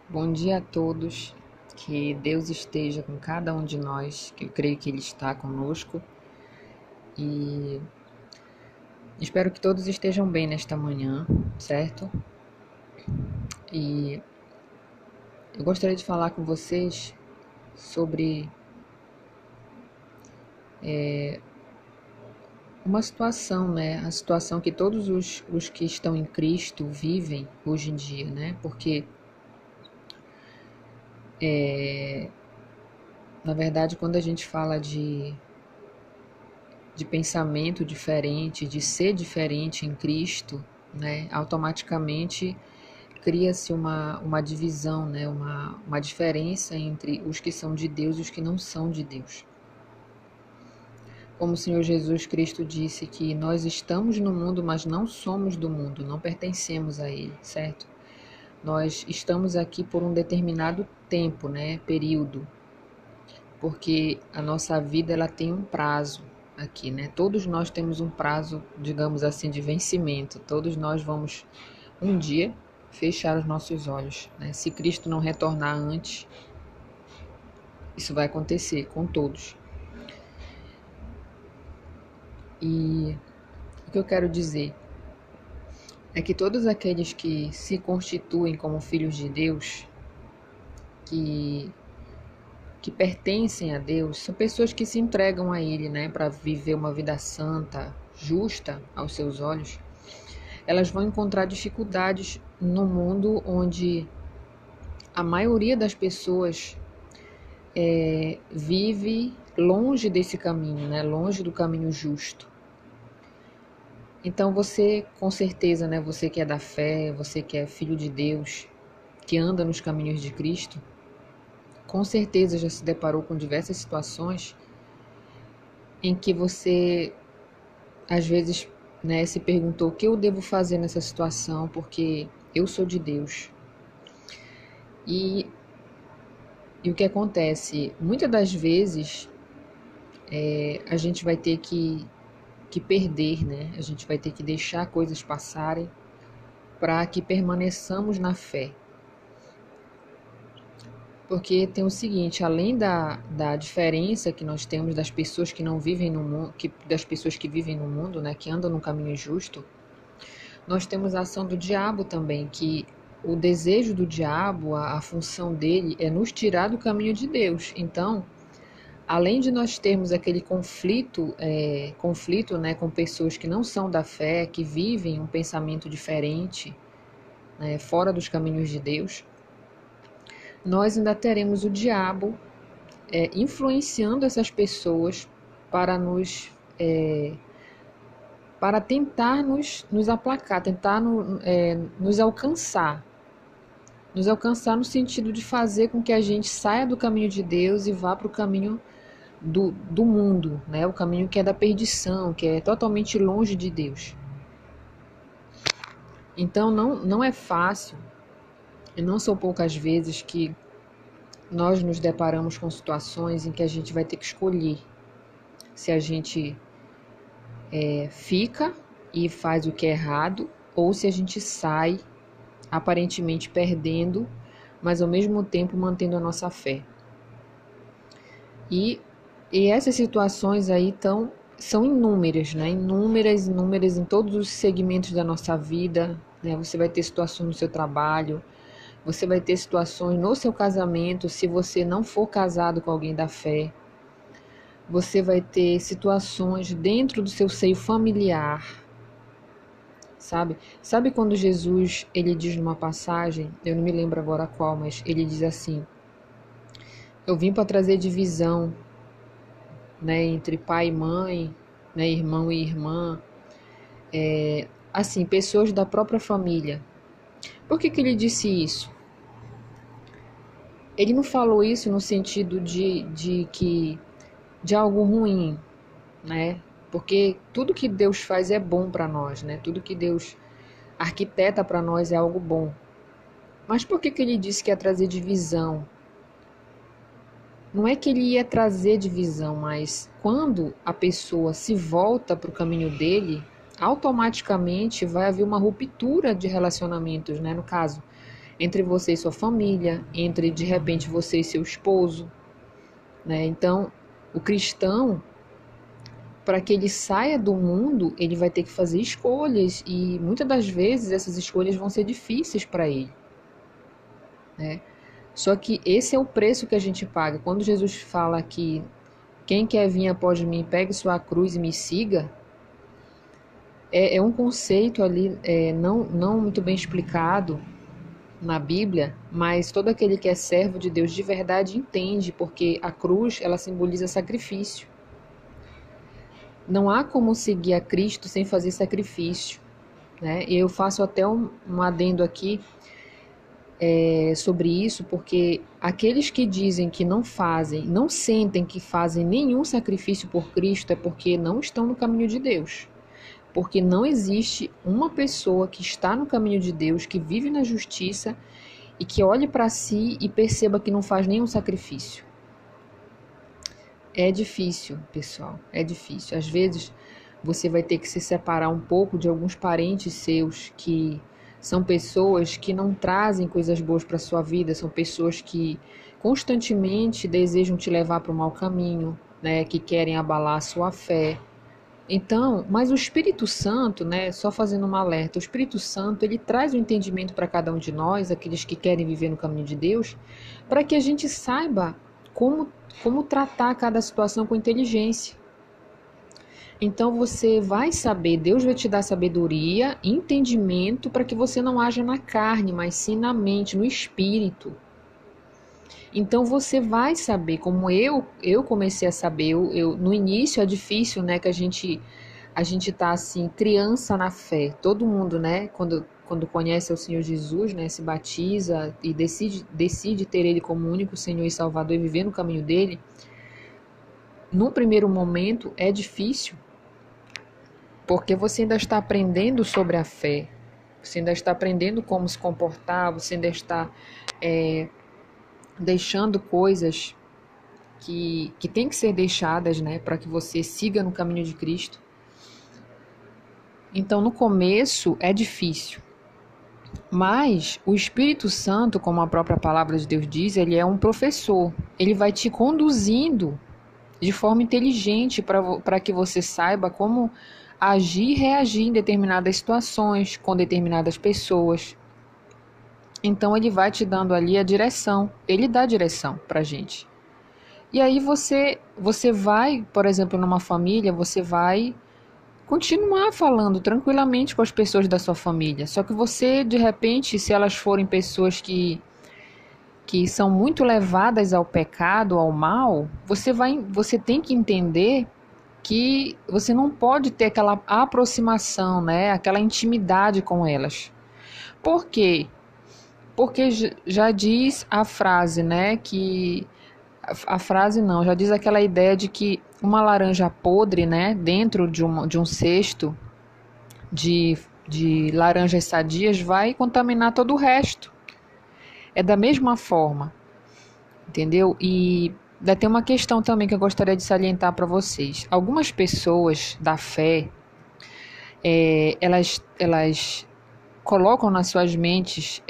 Bom dia a todos, que Deus esteja com cada um de nós, que eu creio que Ele está conosco e espero que todos estejam bem nesta manhã, certo? E eu gostaria de falar com vocês sobre uma situação, né? A situação que todos os que estão em Cristo vivem hoje em dia, né? Porque, na verdade, quando a gente fala de pensamento diferente, de ser diferente em Cristo, né, automaticamente cria-se uma divisão, né, uma diferença entre os que são de Deus e os que não são de Deus. Como o Senhor Jesus Cristo disse que nós estamos no mundo, mas não somos do mundo, não pertencemos a ele, certo? Nós estamos aqui por um determinado tempo, né, período, porque a nossa vida ela tem um prazo aqui, né? Todos nós temos um prazo, digamos assim, de vencimento. Todos nós vamos um dia fechar os nossos olhos, né? Se Cristo não retornar antes, isso vai acontecer com todos. E o que eu quero dizer é que todos aqueles que se constituem como filhos de Deus, que que pertencem a Deus, são pessoas que se entregam a Ele, né, para viver uma vida santa, justa aos seus olhos. Elas vão encontrar dificuldades no mundo onde a maioria das pessoas vive longe desse caminho, né, longe do caminho justo. Então você, com certeza, né, você que é da fé, você que é filho de Deus, que anda nos caminhos de Cristo, com certeza já se deparou com diversas situações em que você às vezes, né, se perguntou o que eu devo fazer nessa situação porque eu sou de Deus. E, e o que acontece? Muitas das vezes a gente vai ter que perder, né? A gente vai ter que deixar coisas passarem para que permaneçamos na fé. Porque tem o seguinte, além da diferença que nós temos das pessoas que não vivem no mundo, das pessoas que vivem no mundo, né, que andam no caminho justo, nós temos a ação do diabo também, que o desejo do diabo, a função dele é nos tirar do caminho de Deus. Então, além de nós termos aquele conflito, né, com pessoas que não são da fé, que vivem um pensamento diferente, né, fora dos caminhos de Deus, nós ainda teremos o diabo influenciando essas pessoas para para tentar nos aplacar, tentar nos alcançar no sentido de fazer com que a gente saia do caminho de Deus e vá para o caminho do mundo, né? O caminho que é da perdição, que é totalmente longe de Deus. Então não é fácil, e não são poucas vezes que nós nos deparamos com situações em que a gente vai ter que escolher se a gente fica e faz o que é errado ou se a gente sai aparentemente perdendo, mas ao mesmo tempo mantendo a nossa fé. E, e essas situações aí são inúmeras, né? Inúmeras em todos os segmentos da nossa vida, né? Você vai ter situações no seu trabalho, você vai ter situações no seu casamento, se você não for casado com alguém da fé. Você vai ter situações dentro do seu seio familiar, sabe? Sabe quando Jesus, ele diz numa passagem, eu não me lembro agora qual, mas ele diz assim: eu vim para trazer divisão, né, entre pai e mãe, né, irmão e irmã, assim, pessoas da própria família. Por que ele disse isso? Ele não falou isso no sentido de algo ruim, né? Porque tudo que Deus faz é bom para nós, né? Tudo que Deus arquiteta para nós é algo bom. Mas por que ele disse que ia trazer divisão? Não é que ele ia trazer divisão, mas quando a pessoa se volta para o caminho dele, automaticamente vai haver uma ruptura de relacionamentos, né? No caso, entre você e sua família, entre de repente você e seu esposo, né? Então, o cristão, para que ele saia do mundo, ele vai ter que fazer escolhas e muitas das vezes essas escolhas vão ser difíceis para ele, né? Só que esse é o preço que a gente paga. Quando Jesus fala que quem quer vir após mim, pegue sua cruz e me siga, é um conceito ali não muito bem explicado na Bíblia, mas todo aquele que é servo de Deus de verdade entende, porque a cruz, ela simboliza sacrifício. Não há como seguir a Cristo sem fazer sacrifício, né? E eu faço até um adendo aqui sobre isso, porque aqueles que dizem que não fazem, não sentem que fazem nenhum sacrifício por Cristo, é porque não estão no caminho de Deus. Porque não existe uma pessoa que está no caminho de Deus, que vive na justiça e que olhe para si e perceba que não faz nenhum sacrifício. É difícil, pessoal, é difícil. Às vezes você vai ter que se separar um pouco de alguns parentes seus que são pessoas que não trazem coisas boas para a sua vida, são pessoas que constantemente desejam te levar para o mau caminho, né, que querem abalar a sua fé. Então, mas o Espírito Santo, né, só fazendo um alerta, o Espírito Santo, ele traz o entendimento para cada um de nós, aqueles que querem viver no caminho de Deus, para que a gente saiba como tratar cada situação com inteligência. Então você vai saber, Deus vai te dar sabedoria, entendimento, para que você não haja na carne, mas sim na mente, no espírito. Então você vai saber, como eu comecei a saber, no início é difícil, né, que a gente tá assim, criança na fé. Todo mundo, né, quando conhece o Senhor Jesus, né, se batiza e decide ter Ele como único Senhor e Salvador e viver no caminho dele. No primeiro momento é difícil, porque você ainda está aprendendo sobre a fé, você ainda está aprendendo como se comportar, você ainda está deixando coisas que tem que ser deixadas, né, para que você siga no caminho de Cristo. Então, no começo é difícil, mas o Espírito Santo, como a própria palavra de Deus diz, ele é um professor, ele vai te conduzindo de forma inteligente para que você saiba como agir e reagir em determinadas situações, com determinadas pessoas. Então ele vai te dando ali a direção, ele dá direção para a gente. E aí você vai, por exemplo, numa família, você vai continuar falando tranquilamente com as pessoas da sua família. Só que você, de repente, se elas forem pessoas que são muito levadas ao pecado, ao mal, você tem que entender que você não pode ter aquela aproximação, né, aquela intimidade com elas. Por quê? Porque já diz a frase, né, que a frase não, já diz aquela ideia de que uma laranja podre, né, dentro de um cesto de laranjas sadias vai contaminar todo o resto. É da mesma forma, entendeu? E ainda tem uma questão também que eu gostaria de salientar para vocês. Algumas pessoas da fé, elas colocam nas suas mentes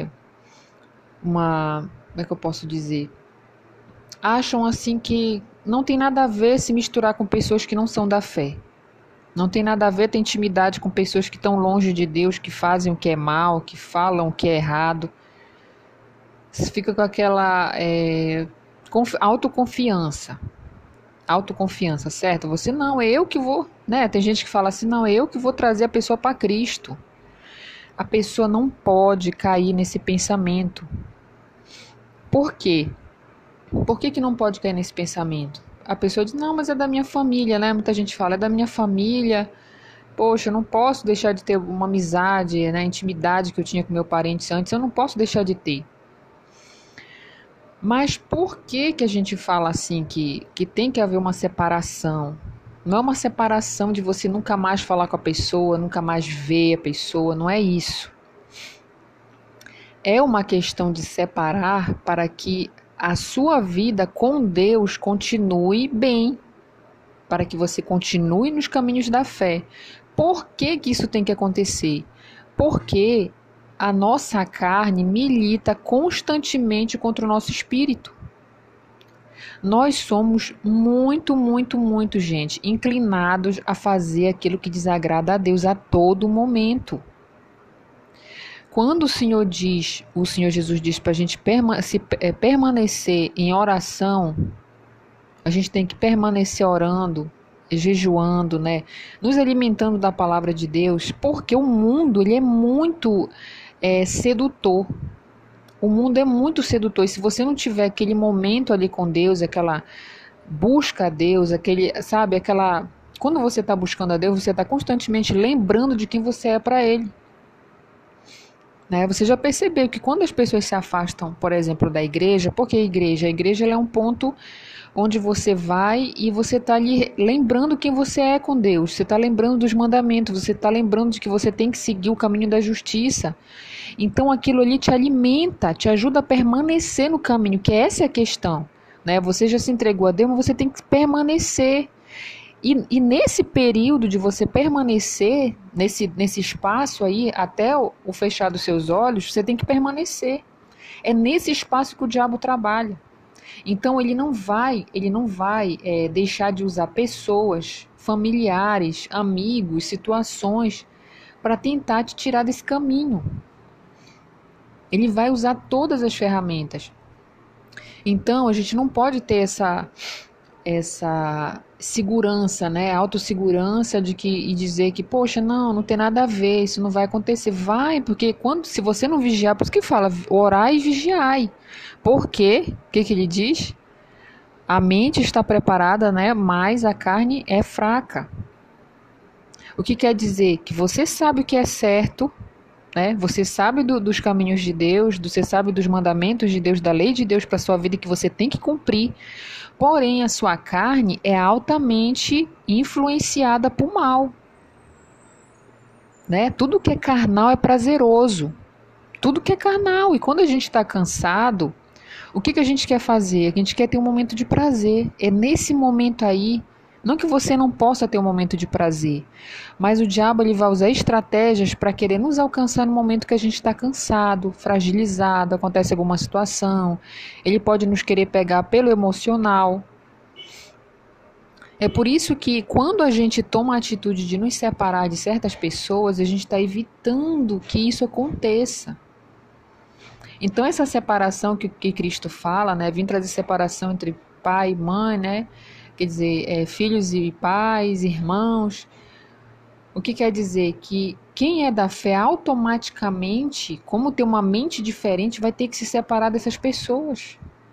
como é que eu posso dizer? Acham assim que não tem nada a ver se misturar com pessoas que não são da fé. Não tem nada a ver ter intimidade com pessoas que estão longe de Deus, que fazem o que é mal, que falam o que é errado. Você fica com aquela autoconfiança, certo? Você não, é eu que vou, né? Tem gente que fala assim, não, é eu que vou trazer a pessoa para Cristo. A pessoa não pode cair nesse pensamento. Por quê? Por que não pode cair nesse pensamento? A pessoa diz, não, mas é da minha família, né? Muita gente fala, é da minha família. Poxa, eu não posso deixar de ter uma amizade, né? Intimidade que eu tinha com meu parente antes, eu não posso deixar de ter. Mas por que a gente fala assim que tem que haver uma separação? Não é uma separação de você nunca mais falar com a pessoa, nunca mais ver a pessoa, não é isso. É uma questão de separar para que a sua vida com Deus continue bem, para que você continue nos caminhos da fé. Por que isso tem que acontecer? Porque a nossa carne milita constantemente contra o nosso espírito. Nós somos muito, gente, inclinados a fazer aquilo que desagrada a Deus a todo momento. Quando o Senhor Jesus diz para a gente permanecer em oração, a gente tem que permanecer orando, jejuando, né? Nos alimentando da palavra de Deus, porque o mundo ele é muito sedutor. O mundo é muito sedutor, e se você não tiver aquele momento ali com Deus, aquela busca a Deus, quando você está buscando a Deus, você está constantemente lembrando de quem você é para Ele. Né? Você já percebeu que quando as pessoas se afastam, por exemplo, da igreja, porque a igreja ela é um ponto onde você vai e você está ali lembrando quem você é com Deus, você está lembrando dos mandamentos, você está lembrando de que você tem que seguir o caminho da justiça. Então aquilo ali te alimenta, te ajuda a permanecer no caminho, que essa é a questão. Né? Você já se entregou a Deus, mas você tem que permanecer. E nesse período de você permanecer, nesse espaço aí, até o fechar dos seus olhos, você tem que permanecer. É nesse espaço que o diabo trabalha. Então ele não vai deixar de usar pessoas, familiares, amigos, situações para tentar te tirar desse caminho. Ele vai usar todas as ferramentas. Então a gente não pode ter essa segurança, né, autossegurança e dizer que, poxa, não tem nada a ver, isso não vai acontecer. Vai, porque se você não vigiar, por isso que fala, orai e vigiai. Por quê? O que ele diz? A mente está preparada, né, mas a carne é fraca. O que quer dizer? Que você sabe o que é certo, né? Você sabe dos caminhos de Deus, você sabe dos mandamentos de Deus, da lei de Deus para a sua vida que você tem que cumprir. Porém, a sua carne é altamente influenciada por mal. Né? Tudo que é carnal é prazeroso. Tudo que é carnal. E quando a gente está cansado, o que a gente quer fazer? A gente quer ter um momento de prazer. É nesse momento aí, não que você não possa ter um momento de prazer, mas o diabo ele vai usar estratégias para querer nos alcançar no momento que a gente está cansado, fragilizado, acontece alguma situação. Ele pode nos querer pegar pelo emocional. É por isso que quando a gente toma a atitude de nos separar de certas pessoas, a gente está evitando que isso aconteça. Então essa separação que Cristo fala, né, vem trazer separação entre pai e mãe, né? Quer dizer, filhos e pais, irmãos. O que quer dizer? Que quem é da fé automaticamente, como tem uma mente diferente, vai ter que se separar dessas pessoas.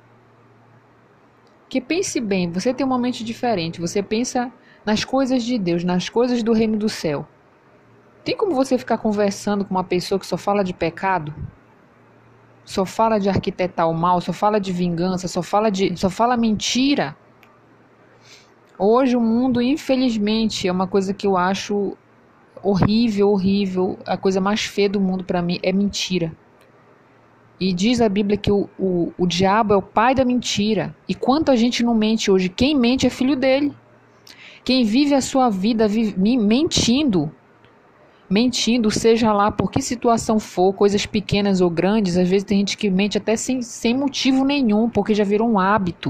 Que pense bem, você tem uma mente diferente, você pensa nas coisas de Deus, nas coisas do reino do céu. Tem como você ficar conversando com uma pessoa que só fala de pecado? Só fala de arquitetar o mal, só fala de vingança, só fala mentira? Hoje o mundo, infelizmente, é uma coisa que eu acho horrível. A coisa mais feia do mundo para mim é mentira. E diz a Bíblia que o diabo é o pai da mentira. E quanta gente não mente hoje? Quem mente é filho dele. Quem vive a sua vida mentindo, seja lá por que situação for, coisas pequenas ou grandes, às vezes tem gente que mente até sem motivo nenhum, porque já virou um hábito.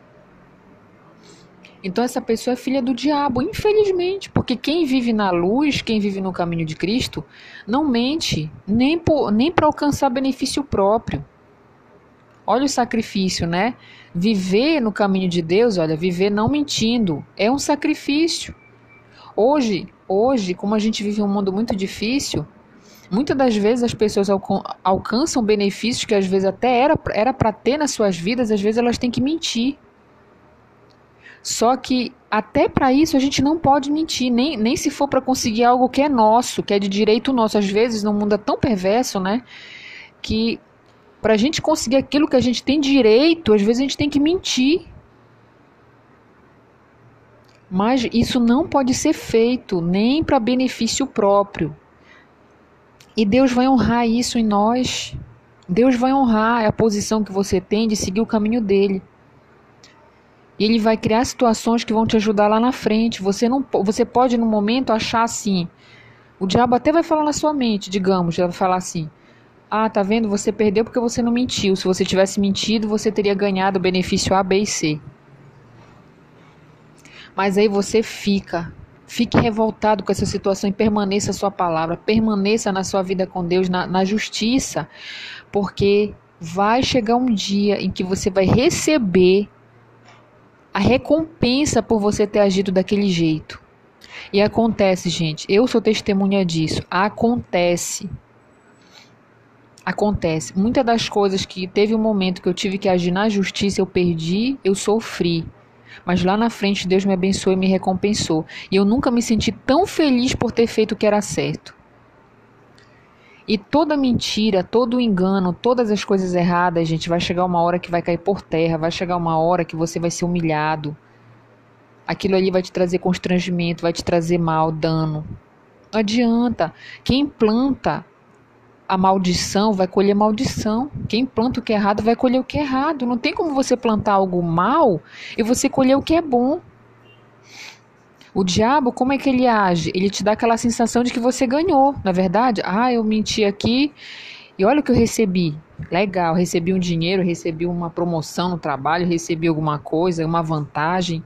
Então essa pessoa é filha do diabo, infelizmente, porque quem vive na luz, quem vive no caminho de Cristo, não mente, nem para alcançar benefício próprio. Olha o sacrifício, né? Viver no caminho de Deus, olha, viver não mentindo, é um sacrifício. Hoje, como a gente vive um mundo muito difícil, muitas das vezes as pessoas alcançam benefícios que às vezes até era para ter nas suas vidas, às vezes elas têm que mentir. Só que até para isso a gente não pode mentir, nem se for para conseguir algo que é nosso, que é de direito nosso. Às vezes no mundo é tão perverso, né, que para a gente conseguir aquilo que a gente tem direito, às vezes a gente tem que mentir. Mas isso não pode ser feito nem para benefício próprio. E Deus vai honrar isso em nós. Deus vai honrar a posição que você tem de seguir o caminho dele. E ele vai criar situações que vão te ajudar lá na frente. Você pode, no momento, achar assim. O diabo até vai falar na sua mente, digamos. Ele vai falar assim: Ah, tá vendo? Você perdeu porque você não mentiu. Se você tivesse mentido, você teria ganhado o benefício A, B e C. Mas aí você fique revoltado com essa situação e permaneça a sua palavra, permaneça na sua vida com Deus, na justiça, porque vai chegar um dia em que você vai receber a recompensa por você ter agido daquele jeito. E acontece, gente, eu sou testemunha disso, acontece. Acontece. Muitas das coisas que teve um momento que eu tive que agir na justiça, eu perdi, eu sofri. Mas lá na frente Deus me abençoou e me recompensou. E eu nunca me senti tão feliz por ter feito o que era certo. E toda mentira, todo engano, todas as coisas erradas, gente, vai chegar uma hora que vai cair por terra, vai chegar uma hora que você vai ser humilhado. Aquilo ali vai te trazer constrangimento, vai te trazer mal, dano. Não adianta. Quem planta a maldição vai colher maldição. Quem planta o que é errado vai colher o que é errado. Não tem como você plantar algo mal e você colher o que é bom. O diabo, como é que ele age? Ele te dá aquela sensação de que você ganhou, na verdade. Ah, eu menti aqui e olha o que eu recebi. Legal, recebi um dinheiro, recebi uma promoção no trabalho, recebi alguma coisa, uma vantagem.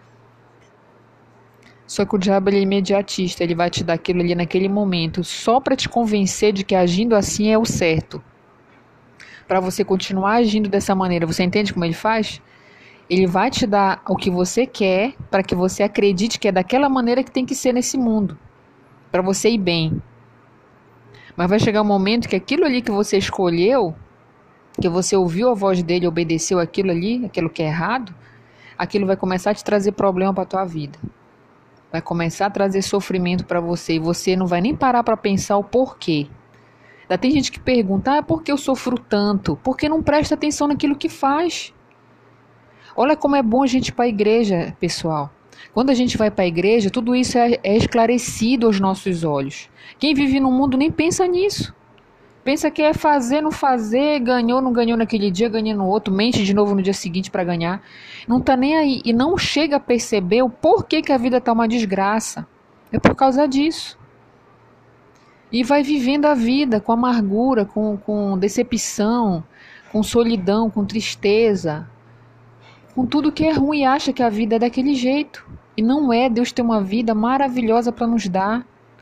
Só que o diabo ele é imediatista, ele vai te dar aquilo ali naquele momento, só para te convencer de que agindo assim é o certo. Para você continuar agindo dessa maneira, você entende como ele faz? Ele vai te dar o que você quer, para que você acredite que é daquela maneira que tem que ser nesse mundo, para você ir bem. Mas vai chegar um momento que aquilo ali que você escolheu, que você ouviu a voz dele, obedeceu aquilo ali, aquilo que é errado, aquilo vai começar a te trazer problema para a tua vida. Vai começar a trazer sofrimento para você e você não vai nem parar para pensar o porquê. Ainda tem gente que pergunta, por que eu sofro tanto? Porque não presta atenção naquilo que faz. Olha como é bom a gente ir para a igreja, pessoal. Quando a gente vai para a igreja, tudo isso é esclarecido aos nossos olhos. Quem vive no mundo nem pensa nisso. Pensa que é fazer, não fazer, ganhou, não ganhou naquele dia, ganhou no outro, mente de novo no dia seguinte para ganhar. Não tá nem aí e não chega a perceber o porquê que a vida tá uma desgraça. É por causa disso. E vai vivendo a vida com amargura, com decepção, com solidão, com tristeza, com tudo que é ruim e acha que a vida é daquele jeito. E não é, Deus tem uma vida maravilhosa para nos dar,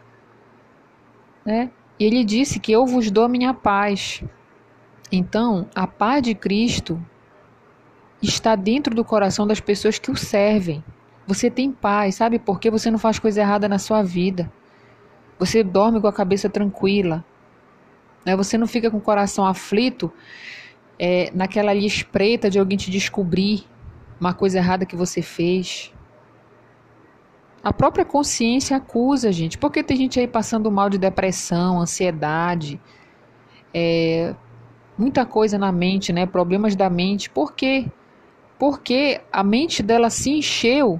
né? E ele disse que eu vos dou a minha paz. Então, a paz de Cristo está dentro do coração das pessoas que o servem. Você tem paz, sabe por quê? Você não faz coisa errada na sua vida. Você dorme com a cabeça tranquila, né? Você não fica com o coração aflito, naquela ali espreita de alguém te descobrir uma coisa errada que você fez. A própria consciência acusa, gente. Porque tem gente aí passando mal de depressão, ansiedade, muita coisa na mente, né? Problemas da mente. Por quê? Porque a mente dela se encheu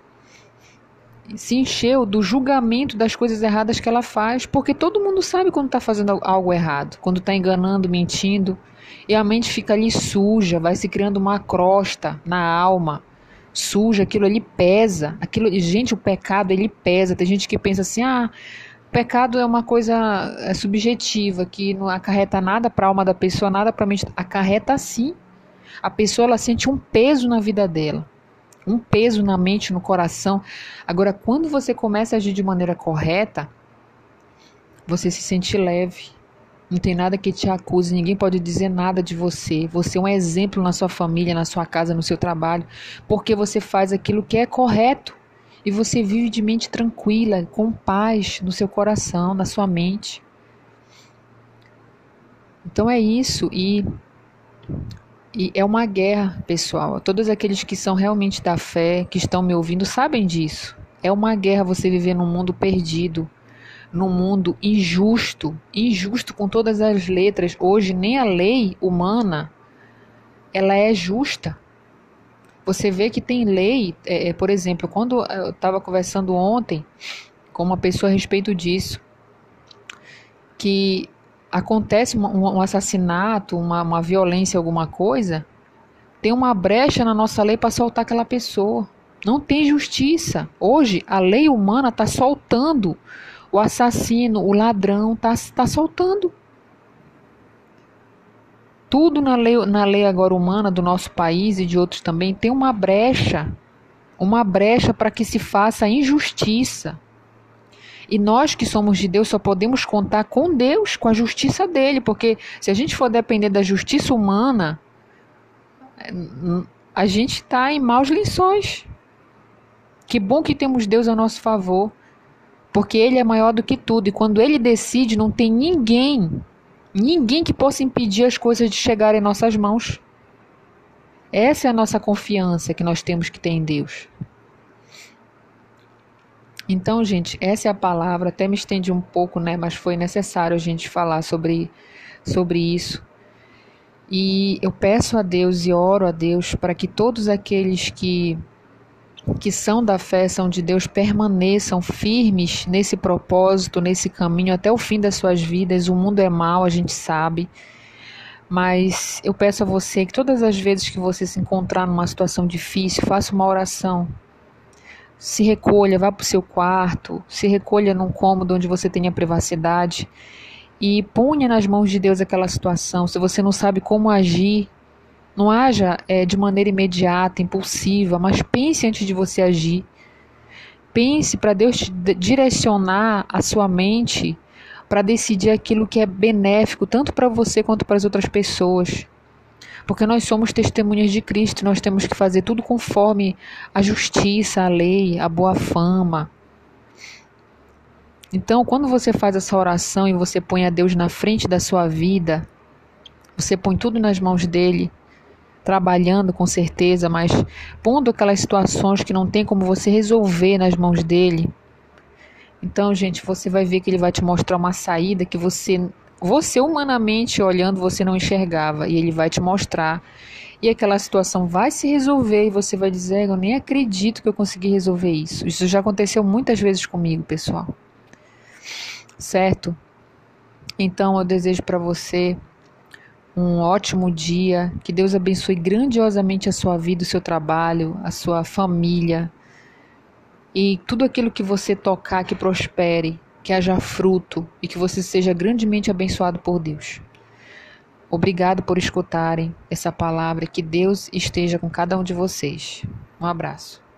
do julgamento das coisas erradas que ela faz. Porque todo mundo sabe quando está fazendo algo errado, quando está enganando, mentindo. E a mente fica ali suja, vai se criando uma crosta na alma. Suja, aquilo ali pesa. Gente, o pecado ele pesa. Tem gente que pensa assim, o pecado é uma coisa subjetiva, que não acarreta nada para a alma da pessoa, nada para a mente. Acarreta sim. A pessoa ela sente um peso na vida dela, um peso na mente, no coração. Agora, quando você começa a agir de maneira correta, você se sente leve. Não tem nada que te acuse, ninguém pode dizer nada de você. Você é um exemplo na sua família, na sua casa, no seu trabalho, porque você faz aquilo que é correto. E você vive de mente tranquila, com paz no seu coração, na sua mente. Então é isso, e é uma guerra, pessoal. Todos aqueles que são realmente da fé, que estão me ouvindo, sabem disso. É uma guerra você viver num mundo perdido, num mundo injusto com todas as letras. Hoje nem a lei humana ela é justa. Você vê que tem lei, por exemplo, quando eu estava conversando ontem com uma pessoa a respeito disso, que acontece um assassinato, uma violência, alguma coisa, tem uma brecha na nossa lei para soltar aquela pessoa. Não tem justiça. Hoje a lei humana está soltando o assassino, o ladrão, está soltando. Tudo na lei agora humana do nosso país e de outros também tem uma brecha para que se faça a injustiça. E nós que somos de Deus só podemos contar com Deus, com a justiça dele, porque se a gente for depender da justiça humana, a gente está em maus lençóis. Que bom que temos Deus a nosso favor, porque ele é maior do que tudo, e quando ele decide, não tem ninguém que possa impedir as coisas de chegarem em nossas mãos. Essa é a nossa confiança que nós temos que ter em Deus. Então, gente, essa é a palavra. Até me estendi um pouco, né? Mas foi necessário a gente falar sobre isso. E eu peço a Deus e oro a Deus para que todos aqueles que são da fé, são de Deus, permaneçam firmes nesse propósito, nesse caminho, até o fim das suas vidas. O mundo é mau, a gente sabe. Mas eu peço a você que todas as vezes que você se encontrar numa situação difícil, faça uma oração. Se recolha, vá para o seu quarto, se recolha num cômodo onde você tenha privacidade e ponha nas mãos de Deus aquela situação. Se você não sabe como agir, não haja de maneira imediata, impulsiva, mas pense antes de você agir. Pense para Deus te direcionar a sua mente para decidir aquilo que é benéfico, tanto para você quanto para as outras pessoas. Porque nós somos testemunhas de Cristo, nós temos que fazer tudo conforme a justiça, a lei, a boa fama. Então, quando você faz essa oração e você põe a Deus na frente da sua vida, você põe tudo nas mãos dele, trabalhando com certeza, mas pondo aquelas situações que não tem como você resolver nas mãos dele. Então, gente, você vai ver que ele vai te mostrar uma saída que você humanamente olhando, você não enxergava, e ele vai te mostrar, e aquela situação vai se resolver, e você vai dizer, eu nem acredito que eu consegui resolver isso. Isso já aconteceu muitas vezes comigo, pessoal. Certo? Então, eu desejo para você um ótimo dia, que Deus abençoe grandiosamente a sua vida, o seu trabalho, a sua família, e tudo aquilo que você tocar que prospere, que haja fruto e que você seja grandemente abençoado por Deus. Obrigado por escutarem essa palavra, que Deus esteja com cada um de vocês. Um abraço.